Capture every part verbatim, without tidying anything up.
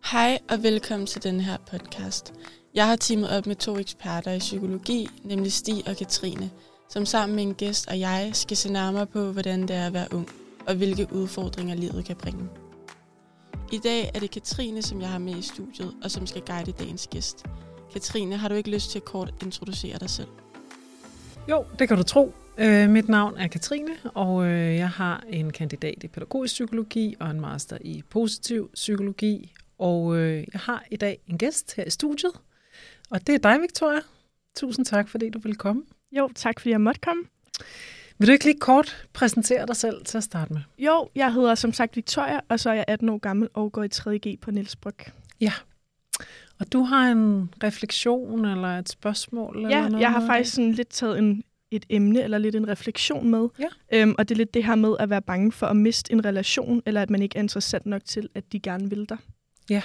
Hej og velkommen til denne her podcast. Jeg har teamet op med to eksperter i psykologi, nemlig Stig og Katrine, som sammen med en gæst og jeg skal se nærmere på, hvordan det er at være ung, og hvilke udfordringer livet kan bringe. I dag er det Katrine, som jeg har med i studiet, og som skal guide dagens gæst. Katrine, har du ikke lyst til at kort introducere dig selv? Jo, det kan du tro. Øh, mit navn er Katrine, og øh, jeg har en kandidat i pædagogisk psykologi og en master i positiv psykologi. Og øh, jeg har i dag en gæst her i studiet, og det er dig, Victoria. Tusind tak, fordi du ville komme. Jo, tak fordi jeg måtte komme. Vil du ikke lige kort præsentere dig selv til at starte med? Jo, jeg hedder som sagt Victoria, og så er jeg atten år gammel og går i tredje G på Niels Bryg. Ja, og du har en refleksion eller et spørgsmål? Ja, eller noget jeg har med faktisk sådan lidt taget en, et emne eller lidt en refleksion med. Ja. Øhm, og det er lidt det her med at være bange for at miste en relation, eller at man ikke er interessant nok til, at de gerne vil dig. Ja.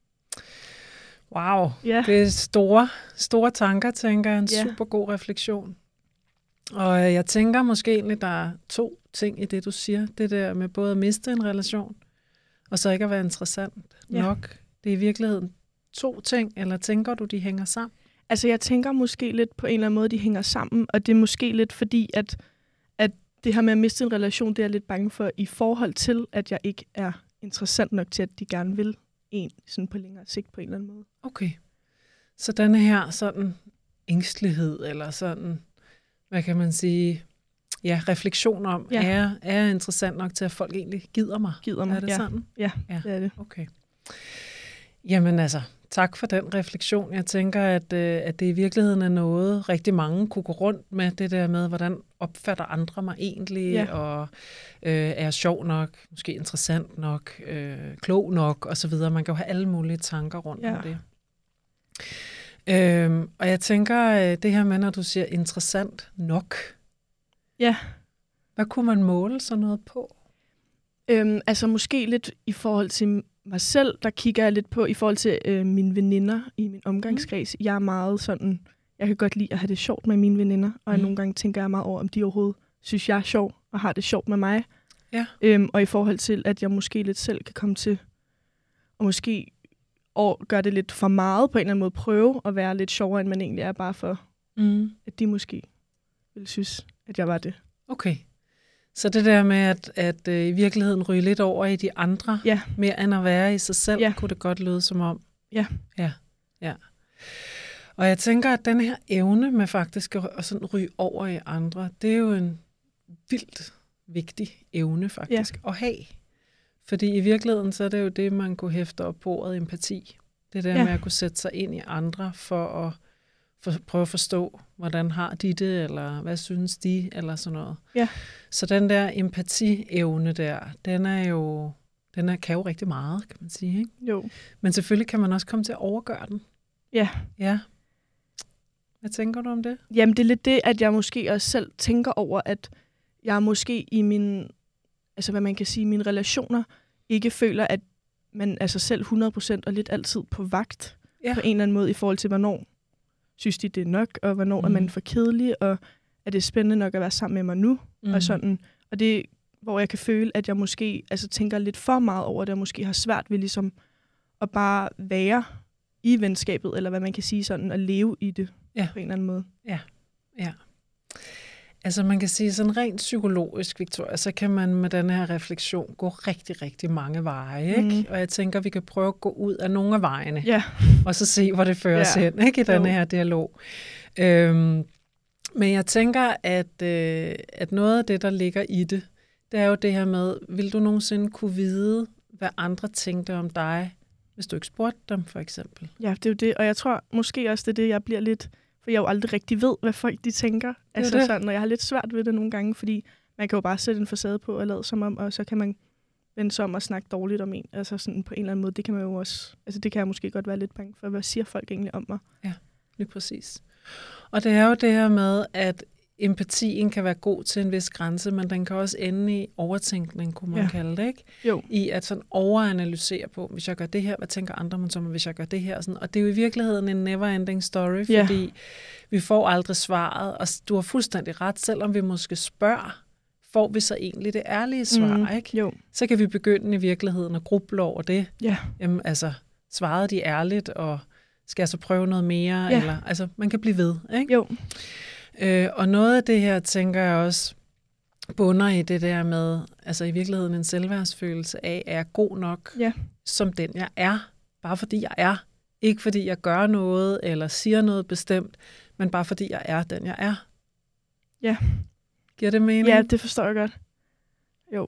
Wow, Ja. det er store, store tanker, tænker jeg. En Ja. super god refleksion. Og jeg tænker måske egentlig, der er to ting i det, du siger. Det der med både at miste en relation, og så ikke at være interessant Ja. nok. Det er i virkeligheden to ting, eller tænker du, de hænger sammen? Altså jeg tænker måske lidt på en eller anden måde, de hænger sammen, og det er måske lidt fordi, at, at det her med at miste en relation, det er jeg lidt bange for i forhold til, at jeg ikke er interessant nok til, at de gerne vil en sådan på længere sigt på en eller anden måde. Okay. Så denne her sådan ængstelighed, eller sådan, hvad kan man sige, ja, refleksion om, Ja. er, er interessant nok til, at folk egentlig gider mig? Gider mig, Er det ja. sådan? Ja, Ja. det er det. Okay. Jamen altså, tak for den refleksion. Jeg tænker, at, øh, at det i virkeligheden er noget, rigtig mange kunne gå rundt med, det der med, hvordan opfatter andre mig egentlig, Ja. og øh, er jeg sjov nok, måske interessant nok, øh, klog nok, osv. Man kan jo have alle mulige tanker rundt Ja. om det. Øhm, og jeg tænker, øh, det her med, når du siger interessant nok, Ja. hvad kunne man måle sådan noget på? Øhm, altså måske lidt i forhold til mig selv, der kigger jeg lidt på i forhold til øh, mine veninder i min omgangskreds. Mm. Jeg er meget sådan, jeg kan godt lide at have det sjovt med mine veninder, og Mm. nogle gange tænker jeg meget over, om de overhovedet synes, jeg er sjov og har det sjovt med mig. Ja. Øhm, og i forhold til, at jeg måske lidt selv kan komme til og måske og gøre det lidt for meget på en eller anden måde, prøve at være lidt sjovere, end man egentlig er, bare for, Mm. at de måske ville synes, at jeg var det. Okay. Så det der med at, at øh, i virkeligheden ryge lidt over i de andre, Ja. mere end at være i sig selv, Ja. kunne det godt lyde som om. Ja. Ja, ja. Og jeg tænker, at den her evne med faktisk at, at sådan ryge over i andre, det er jo en vildt vigtig evne faktisk ja. at have. Fordi i virkeligheden, så er det jo det, man kunne hæfte op på ordet empati. Det der ja. med at kunne sætte sig ind i andre for at for, prøve at forstå, hvordan har de det, eller hvad synes de, eller sådan noget. Ja. Så den der empati-evne der, den er jo, den er, kan jo rigtig meget, kan man sige. Ikke? Jo. Men selvfølgelig kan man også komme til at overgøre den. Ja. Ja. Hvad tænker du om det? Jamen, det er lidt det, at jeg måske også selv tænker over, at jeg måske i min, altså hvad man kan sige, mine relationer, ikke føler, at man er sig selv hundrede procent og lidt altid på vagt Ja. på en eller anden måde i forhold til, hvornår synes de, det er nok, og hvornår mm. er man for kedelig, og er det spændende nok at være sammen med mig nu, mm. og sådan. Og det, hvor jeg kan føle, at jeg måske altså, tænker lidt for meget over det, og måske har svært ved ligesom at bare være i venskabet, eller hvad man kan sige sådan, og leve i det Ja. på en eller anden måde. Ja, ja. Altså man kan sige sådan rent psykologisk, Victoria, så kan man med den her refleksion gå rigtig, rigtig mange veje, ikke? Mm. Og jeg tænker, vi kan prøve at gå ud af nogle af vejene, Ja. og så se, hvor det fører os Ja. hen, ikke? I Jo. denne her dialog. Øhm, men jeg tænker, at, øh, at noget af det, der ligger i det, det er jo det her med, vil du nogensinde kunne vide, hvad andre tænkte om dig, hvis du ikke spurgte dem, for eksempel? Ja, det er jo det. Og jeg tror måske også, det er det, jeg bliver lidt... For jeg jo aldrig rigtig ved, hvad folk de tænker. Altså det. sådan, og jeg har lidt svært ved det nogle gange, fordi man kan jo bare sætte en facade på og lade som om, og så kan man vende sig om og snakke dårligt om en. Altså sådan på en eller anden måde, det kan man jo også... Altså det kan jeg måske godt være lidt bange for. Hvad siger folk egentlig om mig? Ja, lige præcis. Og det er jo det her med, at empatien kan være god til en vis grænse, men den kan også ende i overtænkning, kunne man Ja. kalde det, ikke? Jo. I at sådan overanalysere på, hvis jeg gør det her, hvad tænker andre man så, hvis jeg gør det her? Sådan. Og det er jo i virkeligheden en never-ending story, Ja. fordi vi får aldrig svaret, og du har fuldstændig ret, selvom vi måske spørger, får vi så egentlig det ærlige svar, Mm, ikke? Jo. Så kan vi begynde i virkeligheden at gruble over det. Ja. Jamen altså, Svarede de ærligt, og skal jeg så prøve noget mere? Ja. Eller, altså, man kan blive ved, ikke? Jo. Øh, og noget af det her, tænker jeg også, bunder i det der med, altså i virkeligheden en selvværdsfølelse af, er jeg god nok Ja. som den, jeg er? Bare fordi jeg er. Ikke fordi jeg gør noget, eller siger noget bestemt, men bare fordi jeg er den, jeg er. Ja. Giver det mening? Ja, det forstår jeg godt. Jo.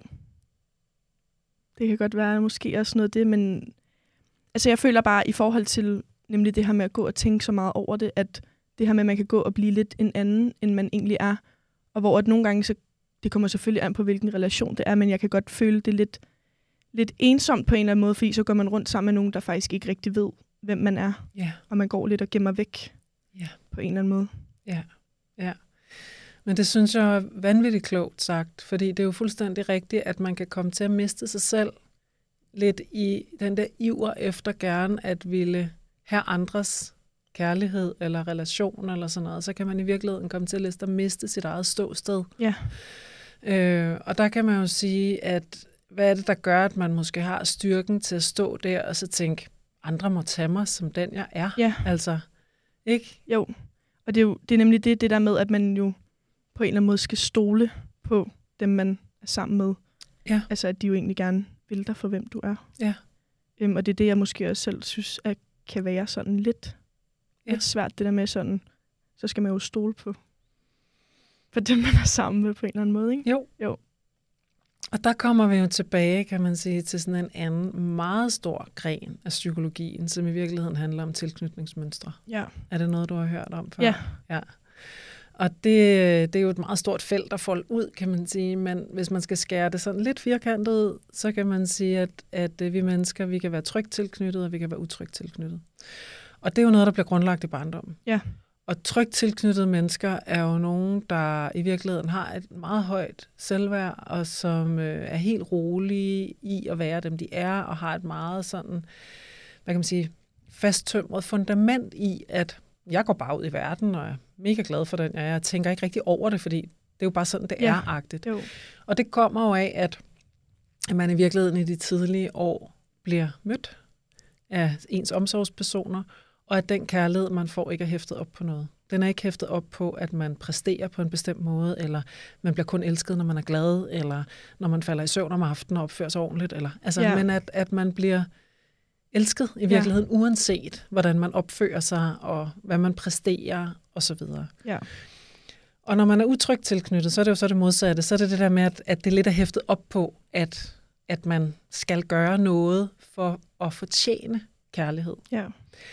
Det kan godt være måske også noget af det, men altså jeg føler bare i forhold til nemlig det her med at gå og tænke så meget over det, at det her med, at man kan gå og blive lidt en anden, end man egentlig er, og hvor at nogle gange, så, det kommer selvfølgelig an på, hvilken relation det er, men jeg kan godt føle det lidt, lidt ensomt på en eller anden måde, fordi så går man rundt sammen med nogen, der faktisk ikke rigtig ved, hvem man er, Ja. og man går lidt og gemmer væk Ja. på en eller anden måde. Ja, ja. Men det synes jeg er vanvittigt klogt sagt, fordi det er jo fuldstændig rigtigt, at man kan komme til at miste sig selv lidt i den der iver efter gerne at ville have andres kærlighed eller relation eller sådan noget, så kan man i virkeligheden komme til at miste sit eget ståsted. Ja. Øh, og der kan man jo sige, at hvad er det, der gør, at man måske har styrken til at stå der og så tænke, andre må tage mig som den, jeg er. Ja. Altså, ikke? Jo, og det er jo det er nemlig det, det der med, at man jo på en eller anden måde skal stole på dem, man er sammen med. Ja. Altså, at de jo egentlig gerne vil dig for, hvem du er. Ja. Øhm, og det er det, jeg måske også selv synes, at kan være sådan lidt, Ja. lidt svært, det der med sådan, så skal man jo stole på, for dem, man er sammen med på en eller anden måde, ikke? Jo. Jo. Og der kommer vi jo tilbage, kan man sige, til sådan en anden meget stor gren af psykologien, som i virkeligheden handler om tilknytningsmønstre. Ja. Er det noget, du har hørt om før? Ja. Ja. Og det, det er jo et meget stort felt at folde ud, kan man sige, men hvis man skal skære det sådan lidt firkantet ud, så kan man sige, at, at vi mennesker, vi kan være trygt tilknyttet, og vi kan være utrygt tilknyttet. Og det er jo noget, der bliver grundlagt i barndommen. Ja. Og trygt tilknyttede mennesker er jo nogen, der i virkeligheden har et meget højt selvværd, og som øh, er helt rolige i at være dem, de er, og har et meget sådan, hvad kan man sige, fasttømret fundament i, at jeg går bare ud i verden, og er mega glad for den, jeg er. Jeg tænker ikke rigtig over det, fordi det er jo bare sådan, det Ja. er-agtigt. Jo. Og det kommer jo af, at man i virkeligheden i de tidlige år bliver mødt af ens omsorgspersoner, og at den kærlighed, man får, ikke er hæftet op på noget. Den er ikke hæftet op på, at man præsterer på en bestemt måde, eller man bliver kun elsket, når man er glad, eller når man falder i søvn om aftenen og opfører sig ordentligt. Eller, altså, Ja. Men at, at man bliver elsket i virkeligheden, ja. Uanset hvordan man opfører sig, og hvad man præsterer, osv. Ja. Og når man er utrygt tilknyttet, så er det jo så det modsatte. Så er det det der med, at, at det lidt er hæftet op på, at, at man skal gøre noget for at fortjene kærlighed. Ja.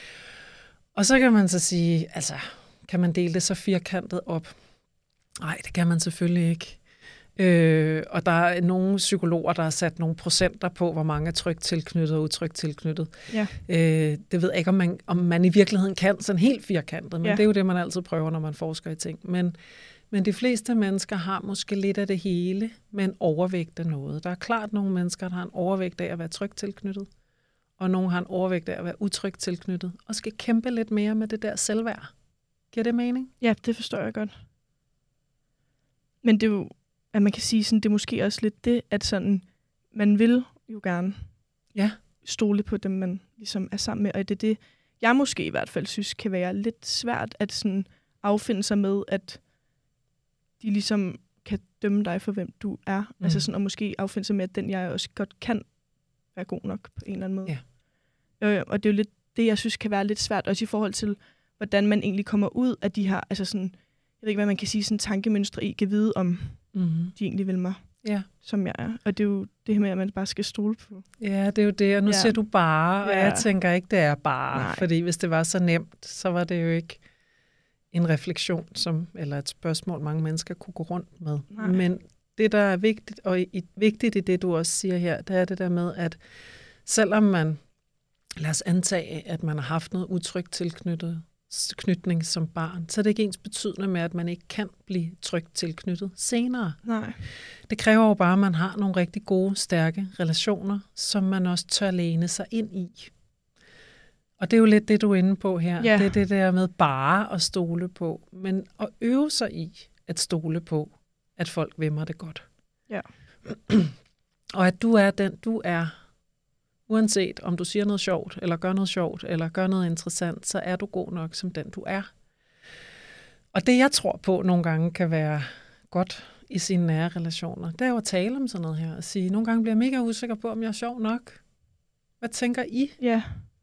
Og så kan man så sige, altså, kan man dele det så firkantet op? Nej, det kan man selvfølgelig ikke. Øh, og der er nogle psykologer, der har sat nogle procenter på, hvor mange er trygt tilknyttet og utrygt tilknyttet. Ja. Øh, det ved jeg ikke, om man, om man i virkeligheden kan sådan helt firkantet, men Ja. det er jo det, man altid prøver, når man forsker i ting. Men, men de fleste mennesker har måske lidt af det hele, men overvægt af noget. Der er klart nogle mennesker, der har en overvægt af at være trygt tilknyttet, og nogle har en overvægt af at være utrygt tilknyttet, og skal kæmpe lidt mere med det der selvværd. Giver det mening? Ja, det forstår jeg godt. Men det er jo, at man kan sige sådan, det er måske også lidt det, at sådan, man vil jo gerne Ja. stole på dem, man ligesom er sammen med, og det er det, jeg måske i hvert fald synes, kan være lidt svært at sådan affinde sig med, at de ligesom kan dømme dig for, hvem du er. Mm. Altså sådan, og måske affinde sig med, at den jeg også godt kan være god nok på en eller anden måde. Ja. Øh, og det er jo lidt det, jeg synes kan være lidt svært, også i forhold til, hvordan man egentlig kommer ud af de her, altså sådan, jeg ved ikke, hvad man kan sige, sådan tankemønstre i, kan vide, om Mm-hmm. de egentlig vil mig, Ja. som jeg er. Og det er jo det her med, at man bare skal stole på. Ja, det er jo det, og nu Ja. siger du bare, og Ja. jeg tænker ikke, det er bare, Nej. fordi hvis det var så nemt, så var det jo ikke en refleksion, som, eller et spørgsmål, mange mennesker kunne gå rundt med. Nej. Men det, der er vigtigt, og i, vigtigt i det, du også siger her, det er det der med, at selvom man, lad os antage, at man har haft noget utrygt tilknyttet, knytning som barn, så er det ikke ens betydende med, at man ikke kan blive trygt tilknyttet senere. Nej. Det kræver jo bare, at man har nogle rigtig gode, stærke relationer, som man også tør læne sig ind i. Og det er jo lidt det, du er inde på her. Ja. Det er det der med bare at stole på, men at øve sig i at stole på, at folk vil mig det godt. Ja. Og at du er den, du er, Uanset om du siger noget sjovt, eller gør noget sjovt, eller gør noget interessant, så er du god nok som den, du er. Og det, jeg tror på nogle gange kan være godt i sine nære relationer, det er jo at tale om sådan noget her, og sige, nogle gange bliver jeg mega usikker på, om jeg er sjov nok. Hvad tænker I? Ja,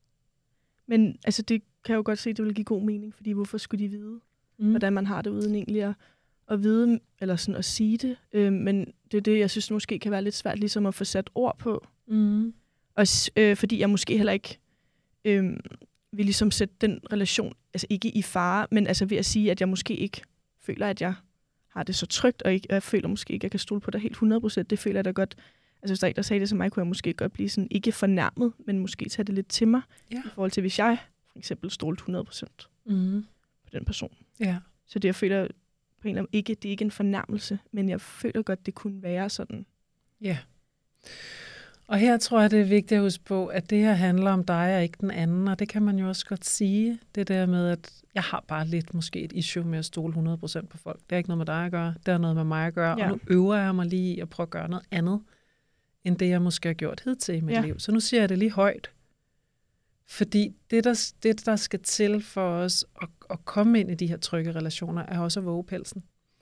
men altså det kan jeg jo godt se, det vil give god mening, fordi hvorfor skulle de vide, mm. hvordan man har det uden egentlig at, at vide, eller sådan at sige det. Øh, men det er det, jeg synes måske kan være lidt svært ligesom at få sat ord på. Mm. Og øh, fordi jeg måske heller ikke øh, vil ligesom sætte den relation, altså ikke i fare, men altså ved at sige, at jeg måske ikke føler, at jeg har det så trygt, og, ikke, og jeg føler måske ikke, at jeg kan stole på dig helt hundrede procent. Det føler jeg da godt. Altså hvis der er en, der sagde det til mig, kunne jeg måske godt blive sådan, ikke fornærmet, men måske tage det lidt til mig, ja. I forhold til, hvis jeg for eksempel stolte hundrede procent mm. på den person. Ja. Så det, jeg føler på en eller anden, ikke, det er ikke en fornærmelse, men jeg føler godt, det kunne være sådan. Ja. Og her tror jeg, det er vigtigt at huske på, at det her handler om dig og ikke den anden, og det kan man jo også godt sige, det der med, at jeg har bare lidt måske et issue med at stole hundrede procent på folk. Det er ikke noget med dig at gøre, det er noget med mig at gøre, ja. Og nu øver jeg mig lige at prøve at gøre noget andet, end det jeg måske har gjort hidtil i mit ja. liv. Så nu siger jeg det lige højt. Fordi det der, det, der skal til for os at, at komme ind i de her trygge relationer, er også at våge pelsen.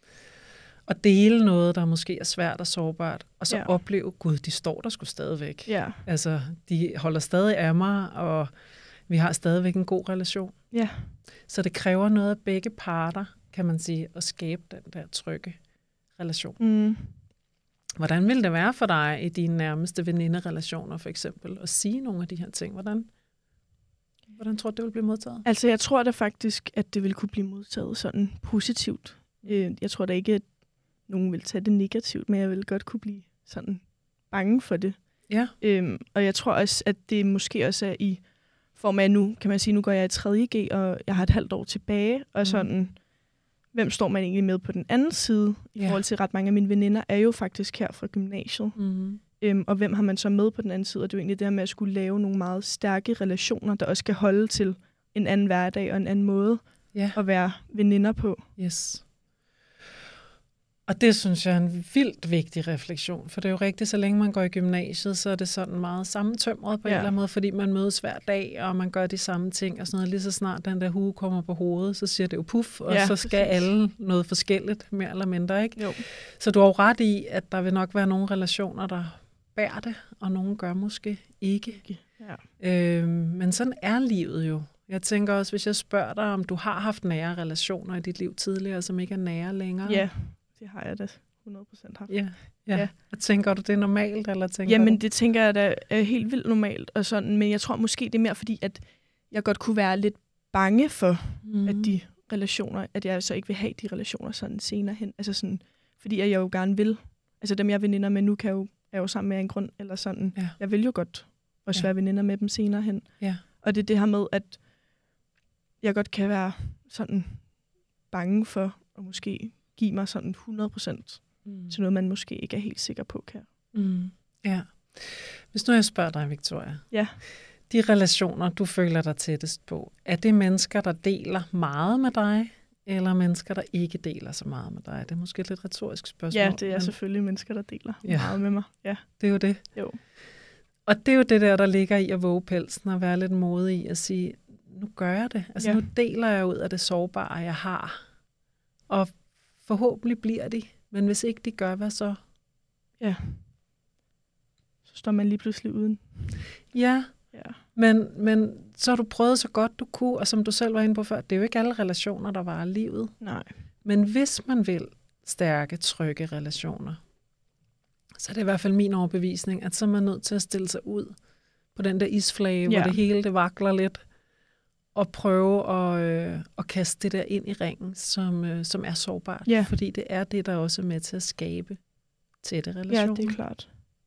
Og dele noget, der måske er svært og sårbart, og så ja. Opleve, gud, de står der sgu stadigvæk. Ja. Altså, de holder stadig af mig, og vi har stadigvæk en god relation. Ja. Så det kræver noget af begge parter, kan man sige, at skabe den der trygge relation. Mm. Hvordan vil det være for dig i dine nærmeste veninderelationer, for eksempel, at sige nogle af de her ting? Hvordan, hvordan tror du, det vil blive modtaget? Altså, jeg tror da faktisk, at det vil kunne blive modtaget sådan positivt. Jeg tror da ikke, at nogen vil tage det negativt, men jeg vil godt kunne blive sådan bange for det. Ja. Øhm, og jeg tror også, at det måske også er i form af nu, kan man sige, nu går jeg i tredje G, og jeg har et halvt år tilbage, og sådan, mm. hvem står man egentlig med på den anden side, i ja. Forhold til ret mange af mine veninder, er jo faktisk her fra gymnasiet. Mm. Øhm, og hvem har man så med på den anden side? Og det er jo egentlig det her med at skulle lave nogle meget stærke relationer, der også skal holde til en anden hverdag og en anden måde ja. At være veninder på. Yes. Og det synes jeg er en vildt vigtig refleksion, for det er jo rigtigt, så længe man går i gymnasiet, så er det sådan meget sammentømret på ja. En eller anden måde, fordi man mødes hver dag, og man gør de samme ting, og sådan noget. Lige så snart den der hue kommer på hovedet, så siger det jo puff, og ja, så skal præcis. Alle noget forskelligt, mere eller mindre, ikke? Jo. Så du har jo ret i, at der vil nok være nogle relationer, der bærer det, og nogle gør måske ikke. Ja. Øhm, men sådan er livet jo. Jeg tænker også, hvis jeg spørger dig, om du har haft nære relationer i dit liv tidligere, som ikke er nære længere. Ja. Det har jeg da hundrede procent haft. Ja, ja. ja. Og tænker du, det er normalt? Eller tænker Jamen, du? Det tænker jeg da er helt vildt normalt. Og sådan, men jeg tror måske, det er mere fordi, at jeg godt kunne være lidt bange for, mm. at de relationer, at jeg så ikke vil have de relationer sådan senere hen. Altså sådan, fordi jeg jo gerne vil. Altså dem, jeg er veninder med nu, kan jo, er jo sammen med en grund. Eller sådan. Ja. Jeg vil jo godt også ja. Være veninder med dem senere hen. Ja. Og det er det her med, at jeg godt kan være sådan bange for at måske give mig sådan hundrede procent mm. til noget, man måske ikke er helt sikker på, kan. Mm. Ja. Hvis nu jeg spørger dig, Victoria. Ja. De relationer, du føler dig tættest på, er det mennesker, der deler meget med dig, eller mennesker, der ikke deler så meget med dig? Det er måske et lidt retorisk spørgsmål. Ja, det er men... selvfølgelig mennesker, der deler ja. Meget med mig. Ja. Det er jo det. Jo. Og det er jo det der, der ligger i at våge pelsen og være lidt modig i at sige, nu gør jeg det. Altså ja. Nu deler jeg ud af det sårbare, jeg har. Og forhåbentlig bliver de, men hvis ikke de gør, hvad så? Ja. Så står man lige pludselig uden. Ja, ja. Men, men så har du prøvet så godt du kunne, og som du selv var inde på før, det er jo ikke alle relationer, der varer livet. Nej. Men hvis man vil stærke, trygge relationer, så er det i hvert fald min overbevisning, at så er man nødt til at stille sig ud på den der isflage, ja. Hvor det hele det vakler lidt, og prøve at, øh, at kaste det der ind i ringen, som, øh, som er sårbart. Ja. Fordi det er det, der også er med til at skabe tætte relationer. Ja, det er klart.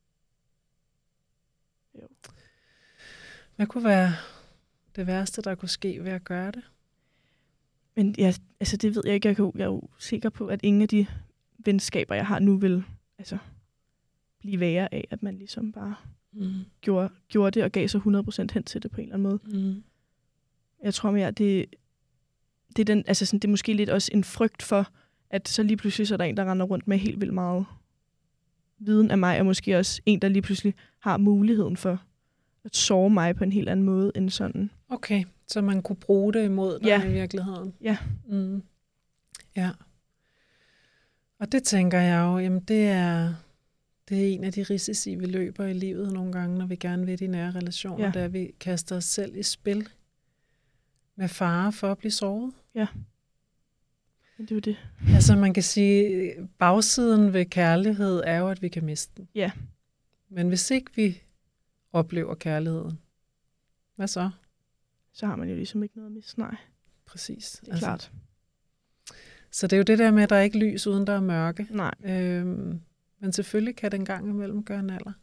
Jo. Hvad kunne være det værste, der kunne ske ved at gøre det? Men ja, altså det ved jeg ikke. Jeg, kan, jeg er jo sikker på, at ingen af de venskaber, jeg har nu, vil altså, blive værre af, at man ligesom bare mm. gjorde, gjorde det og gav sig hundrede procent hen til det på en eller anden måde. Mm. Jeg tror mere, det, det, er den, altså sådan, det er måske lidt også en frygt for, at så lige pludselig så er der en, der render rundt med helt vildt meget viden af mig, og måske også en, der lige pludselig har muligheden for at såre mig på en helt anden måde end sådan. Okay, så man kunne bruge det imod dig Ja. i virkeligheden. Ja. Mm. Ja. Og det tænker jeg jo, jamen det er, det er en af de risici, vi løber i livet nogle gange, når vi gerne vil de nære relationer, Ja. der vi kaster os selv i spil med fare for at blive såret. Ja. Men det er jo det. Altså man kan sige, bagsiden ved kærlighed er jo, at vi kan miste den. Ja. Men hvis ikke vi oplever kærligheden, hvad så? Så har man jo ligesom ikke noget at miste. Nej, Præcis. det er altså, klart. Så det er jo det der med, at der er ikke lys, uden der er mørke. Nej. Øhm, men selvfølgelig kan den gang imellem gøre en alder.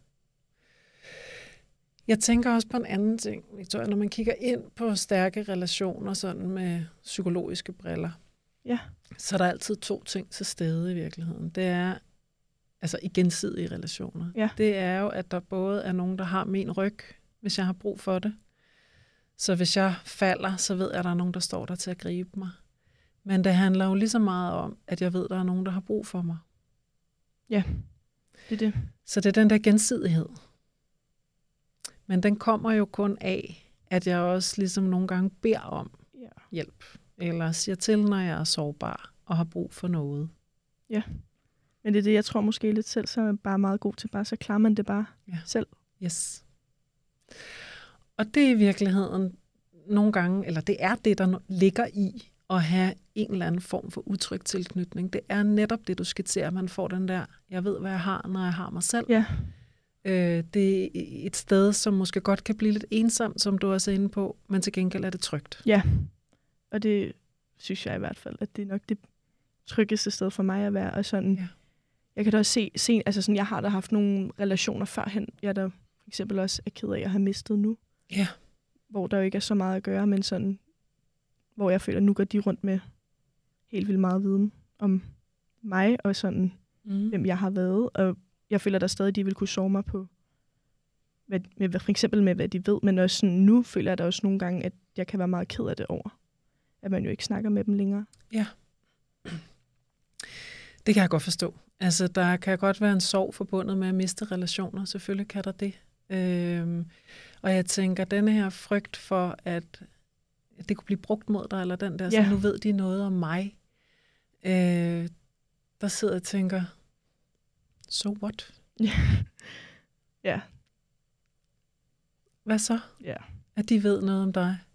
Jeg tænker også på en anden ting, Victoria, når man kigger ind på stærke relationer sådan med psykologiske briller, Ja. så er der altid to ting til stede i virkeligheden. Det er altså i gensidige relationer. Ja. Det er jo, at der både er nogen, der har min ryg, hvis jeg har brug for det. Så hvis jeg falder, så ved jeg, at der er nogen, der står der til at gribe mig. Men det handler jo lige så meget om, at jeg ved, at der er nogen, der har brug for mig. Ja, det er det. Så det er den der gensidighed. Men den kommer jo kun af, at jeg også ligesom nogle gange beder om Ja. hjælp. Eller siger til, når jeg er sårbar og har brug for noget. Men det er det, jeg tror måske lidt selv, så er man bare meget god til. Bare så klarer man det bare Ja. selv. Yes. Og det er i virkeligheden nogle gange, eller det er det, der ligger i at have en eller anden form for utryg tilknytning. Det er netop det, du skitserer, at man får den der, jeg ved, hvad jeg har, når jeg har mig selv. Ja. Øh, det er et sted, som måske godt kan blive lidt ensomt, som du også er inde på, men til gengæld er det trygt. Ja, og det synes jeg i hvert fald, at det er nok det tryggeste sted for mig at være. Og sådan, Ja. jeg kan da også se, se altså sådan, jeg har da haft nogle relationer førhen, jeg der for eksempel også er ked af at have mistet nu. Ja. Hvor der jo ikke er så meget at gøre, men sådan, hvor jeg føler, at nu går de rundt med helt vildt meget viden om mig, og sådan, Mm. hvem jeg har været. Og jeg føler, at der stadig, de vil kunne sove mig på, hvad, med, for eksempel med, hvad de ved, men også sådan, nu føler jeg da også nogle gange, at jeg kan være meget ked af det over, at man jo ikke snakker med dem længere. Ja. Det kan jeg godt forstå. Altså, der kan godt være en sorg forbundet med at miste relationer. Selvfølgelig kan der det. Øhm, og jeg tænker, denne her frygt for, at det kunne blive brugt mod dig, eller den der, så Ja. nu ved de noget om mig. Øh, der sidder jeg og tænker, so what? Ja. Hvad så? Ja, At de ved noget om dig?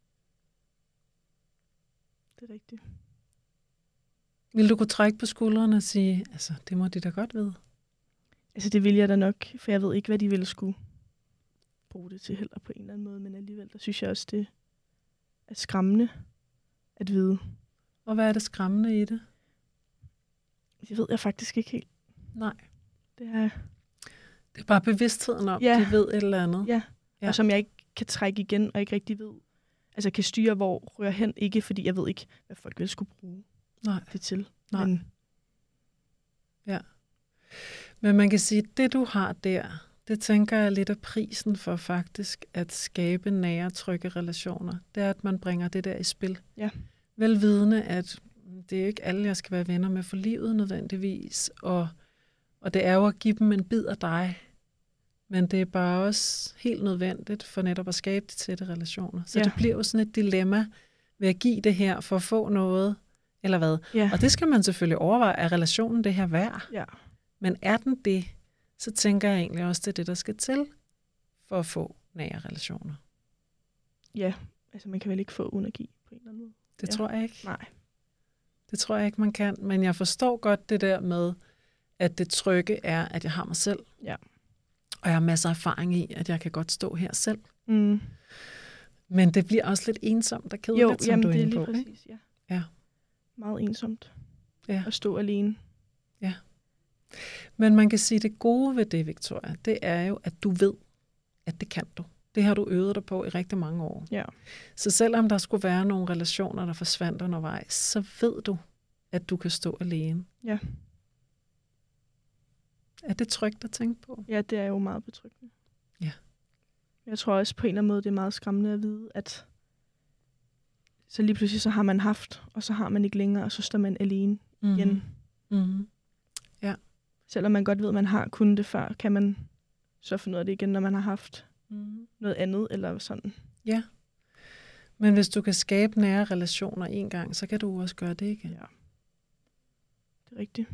det er rigtigt. Vil du kunne trække på skuldrene og sige, altså, det må de da godt vide? Altså, det vil jeg da nok, for jeg ved ikke, hvad de ville skulle bruge det til heller på en eller anden måde, men alligevel, der synes jeg også, det er skræmmende at vide. Og hvad er det skræmmende i det? Det ved jeg faktisk ikke helt. Nej. Det er, Det er bare bevidstheden om, Ja. de ved et eller andet. ja. Ja. ja. Og som jeg ikke kan trække igen, og ikke rigtig ved, altså kan styre, hvor rører hen, ikke fordi jeg ved ikke, hvad folk vil skulle bruge Nej. det til. Nej. Men Men man kan sige, at det du har der, det tænker jeg lidt af prisen for faktisk at skabe nære, trygge relationer. Det er, at man bringer det der i spil. Ja. Velvidende, at det er ikke alle, jeg skal være venner med for livet nødvendigvis. Og, og det er jo at give dem en bid af dig. Men det er bare også helt nødvendigt for netop at skabe de tætte relationer. Så Ja. det bliver jo sådan et dilemma ved at give det her for at få noget, eller hvad. ja, Og det skal man selvfølgelig overveje, er relationen det her værd? ja. Men er den det, så tænker jeg egentlig også, det er det, der skal til for at få nære relationer. ja, altså man kan vel ikke få uden at give på en eller anden måde. Det Ja. tror jeg ikke. Nej. Det tror jeg ikke, man kan. Men jeg forstår godt det der med, at det trygge er, at jeg har mig selv. Ja. Og jeg har masser af erfaring i, at jeg kan godt stå her selv. Mm. Men det bliver også lidt ensomt og kedeligt, Jo, som jamen du er det er inde lige på. Ikke? præcis, ja. Ja. Meget ensomt Ja. at stå alene. Men man kan sige, at det gode ved det, Victoria, det er jo, at du ved, at det kan du. Det har du øvet dig på i rigtig mange år. Ja. Så selvom der skulle være nogle relationer, der forsvandt undervejs, så ved du, at du kan stå alene. Ja. Er det trygt at tænke på? Ja, det er jo meget betryggende. Ja. Jeg tror også på en eller anden måde, det er meget skræmmende at vide, at så lige pludselig så har man haft, og så har man ikke længere, og så står man alene Mm-hmm. igen. Mm-hmm. Selvom man godt ved, at man har kunnet det før, kan man så finde ud af det igen, når man har haft. mm. noget andet, eller sådan. Ja. Men hvis du kan skabe nære relationer en gang, så kan du også gøre det igen. Ja. Det er rigtigt.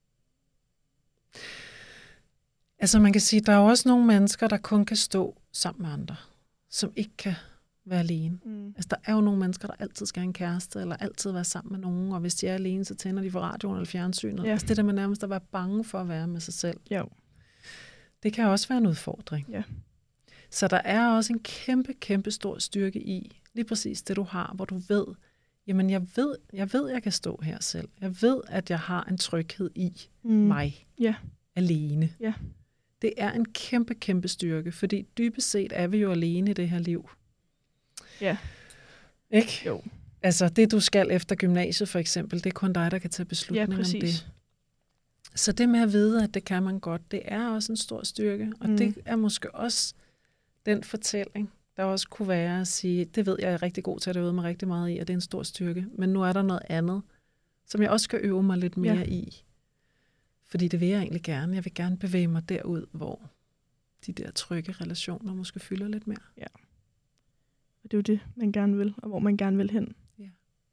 Altså man kan sige, der er jo også nogle mennesker, der kun kan stå sammen med andre, som ikke kan være alene. Mm. Altså der er jo nogle mennesker, der altid skal have en kæreste, eller altid være sammen med nogen, og hvis de er alene, så tænder de for radioen eller fjernsynet. Ja. Altså det der med nærmest at være bange for at være med sig selv. Jo. Det kan også være en udfordring. Ja. Så der er også en kæmpe, kæmpe stor styrke i, lige præcis det du har, hvor du ved, jamen jeg ved, jeg ved, jeg kan stå her selv. Jeg ved, at jeg har en tryghed i mm. mig. Ja. Alene. Ja. Det er en kæmpe, kæmpe styrke, fordi dybest set er vi jo alene i det her liv. Ja. Ikke? Jo. Altså det, du skal efter gymnasiet for eksempel, det er kun dig, der kan tage beslutninger ja, om det. Så det med at vide, at det kan man godt, det er også en stor styrke. Og mm. det er måske også den fortælling, der også kunne være at sige, det ved jeg er rigtig god til at øve mig rigtig meget i, og det er en stor styrke. Men nu er der noget andet, som jeg også skal øve mig lidt mere ja. i. Fordi det vil jeg egentlig gerne. Jeg vil gerne bevæge mig derud, hvor de der trygge relationer måske fylder lidt mere. Ja. Og det er jo det, man gerne vil, og hvor man gerne vil hen. Ja.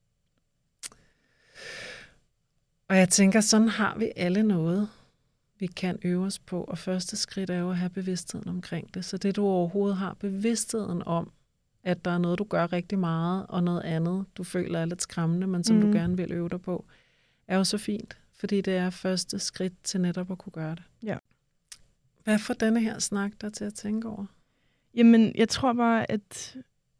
Og jeg tænker, sådan har vi alle noget, vi kan øve os på. Og første skridt er jo at have bevidstheden omkring det. Så det, du overhovedet har bevidstheden om, at der er noget, du gør rigtig meget, og noget andet, du føler er lidt skræmmende, men som mm. du gerne vil øve dig på, er jo så fint. Fordi det er første skridt til netop at kunne gøre det. Ja. Hvad får denne her snak der til at tænke over? Jamen, jeg tror bare, at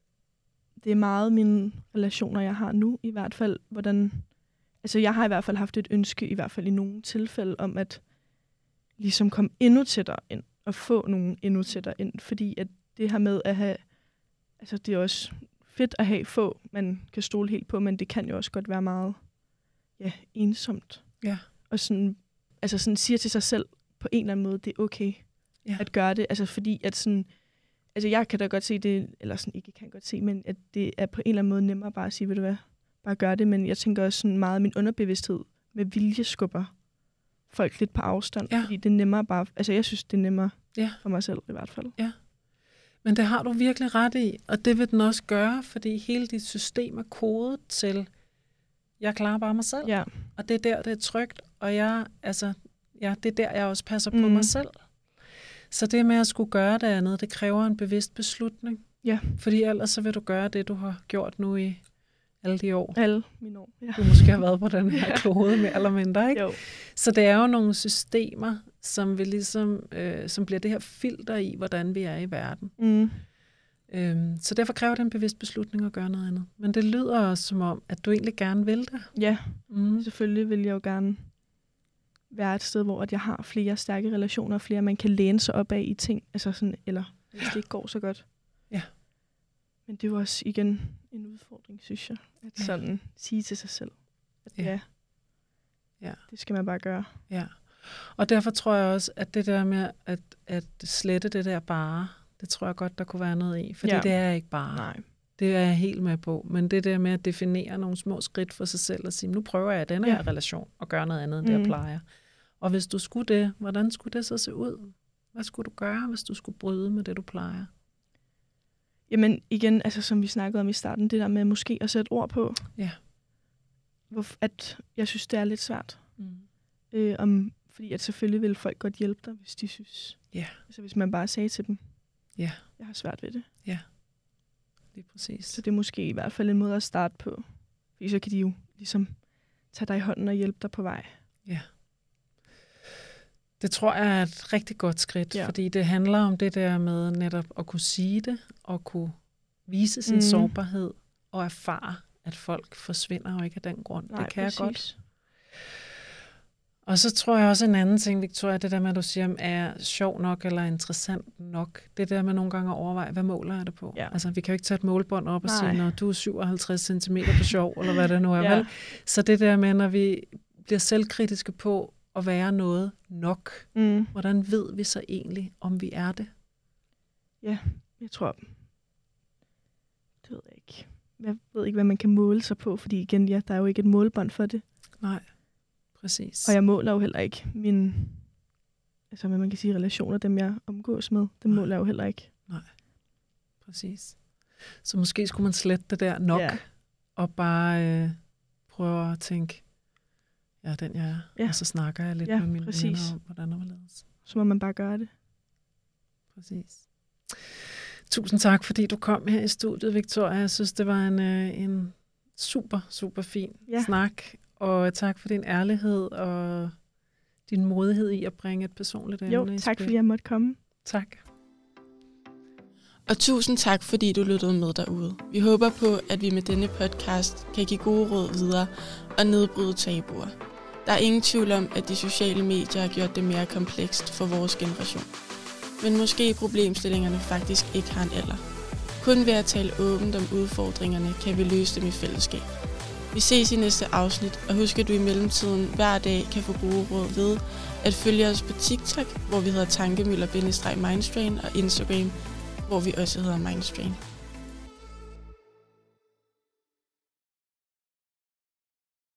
det er meget mine relationer, jeg har nu, i hvert fald, hvordan... Altså, jeg har i hvert fald haft et ønske, i hvert fald i nogle tilfælde, om at ligesom komme endnu tættere ind, og få nogen endnu tættere ind, fordi at det her med at have... Altså, det er også fedt at have få, man kan stole helt på, men det kan jo også godt være meget ja, ensomt. Ja. Og sådan, altså sådan siger til sig selv på en eller anden måde, det er okay ja. at gøre det. Altså fordi, at sådan, altså jeg kan da godt se det, eller sådan ikke kan godt se, men at det er på en eller anden måde nemmere bare at sige, ved du hvad, bare gør det. Men jeg tænker også sådan meget, min underbevidsthed med vilje skubber folk lidt på afstand, ja. fordi det er nemmere bare, altså jeg synes, det er nemmere ja. for mig selv i hvert fald. Ja. Men det har du virkelig ret i, og det vil den også gøre, fordi hele dit system er kodet til, jeg klarer bare mig selv, ja. og det er der, det er trygt, og jeg, altså, ja, det er der, jeg også passer på mm. mig selv. Så det med at skulle gøre det andet, det kræver en bevidst beslutning. Ja. Fordi ellers så vil du gøre det, du har gjort nu i alle de år. Alle mine år, ja. Du måske har været på den her ja. klode med eller mindre, ikke? Jo. Så det er jo nogle systemer, som, vil ligesom, øh, som bliver det her filter i, hvordan vi er i verden. Mm. Øhm, så derfor kræver det en bevidst beslutning at gøre noget andet. Men det lyder også som om, at du egentlig gerne vil det. Ja, mm. selvfølgelig vil jeg jo gerne være et sted, hvor at jeg har flere stærke relationer, flere man kan læne sig op af i ting, altså sådan, eller hvis det ikke går så godt. Ja. Men det var også igen en udfordring, synes jeg, at ja. sådan sige til sig selv, at ja. ja, ja, det skal man bare gøre. Ja, og derfor tror jeg også, at det der med at, at slette det der bare, det tror jeg godt, der kunne være noget i, fordi ja. det er ikke bare. Nej. Det er jeg helt med på, men det der med at definere nogle små skridt for sig selv og sige, nu prøver jeg denne ja. her relation og gøre noget andet, end det mm. jeg plejer. Og hvis du skulle det, hvordan skulle det så se ud? Hvad skulle du gøre, hvis du skulle bryde med det, du plejer? Jamen igen, altså som vi snakkede om i starten, det der med måske at sætte ord på. Ja. Hvor, at jeg synes, det er lidt svært. Mm. Øh, om, fordi at selvfølgelig vil folk godt hjælpe dig, hvis de synes. Ja. Altså hvis man bare sagde til dem, ja. jeg har svært ved det. Ja, lige præcis. Så det er måske i hvert fald en måde at starte på. Fordi så kan de jo ligesom tage dig i hånden og hjælpe dig på vej. Ja. Det tror jeg er et rigtig godt skridt, ja. fordi det handler om det der med netop at kunne sige det, og kunne vise sin mm. sårbarhed, og erfare, at folk forsvinder og ikke af den grund. Nej, det kan præcis. jeg godt. Og så tror jeg også en anden ting, Victoria, det der med, at du siger, er sjov nok eller interessant nok. Det der med nogle gange at overveje, hvad måler jeg det på? Ja. Altså, vi kan jo ikke tage et målbånd op og Nej. sige, når du er syvoghalvtreds centimeter på sjov, eller hvad det nu er, ja. vel? Så det der med, når vi bliver selvkritiske på at være noget nok, mm. hvordan ved vi så egentlig, om vi er det? Ja, jeg tror, det ved jeg ikke. Jeg ved ikke, hvad man kan måle sig på, fordi igen, ja, der er jo ikke et målbånd for det. Nej. Præcis. Og jeg måler jo heller ikke mine, altså hvad man kan sige, relationer, dem jeg omgås med, dem måler jeg jo heller ikke. Nej, præcis. Så måske skulle man slette det der nok, ja. og bare øh, prøve at tænke, jeg er den, jeg er. Ja. Og så snakker jeg lidt ja, med mine venner om, hvordan det var. Så må man bare gøre det. Præcis. Tusind tak, fordi du kom her i studiet, Victoria. Jeg synes, det var en, en super, super fin ja. snak. Og tak for din ærlighed og din modighed i at bringe et personligt emne jo, i tak spil. fordi jeg måtte komme. Tak. Og tusind tak, fordi du lyttede med derude. Vi håber på, at vi med denne podcast kan give gode råd videre og nedbryde tabuer. Der er ingen tvivl om, at de sociale medier har gjort det mere komplekst for vores generation. Men måske problemstillingerne faktisk ikke har en alder. Kun ved at tale åbent om udfordringerne, kan vi løse dem i fællesskab. Vi ses i næste afsnit, og husk at du i mellemtiden hver dag kan få gode råd ved at følge os på TikTok, hvor vi hedder tankemøller bindestreg mindstrain, og Instagram, hvor vi også hedder mindstrain.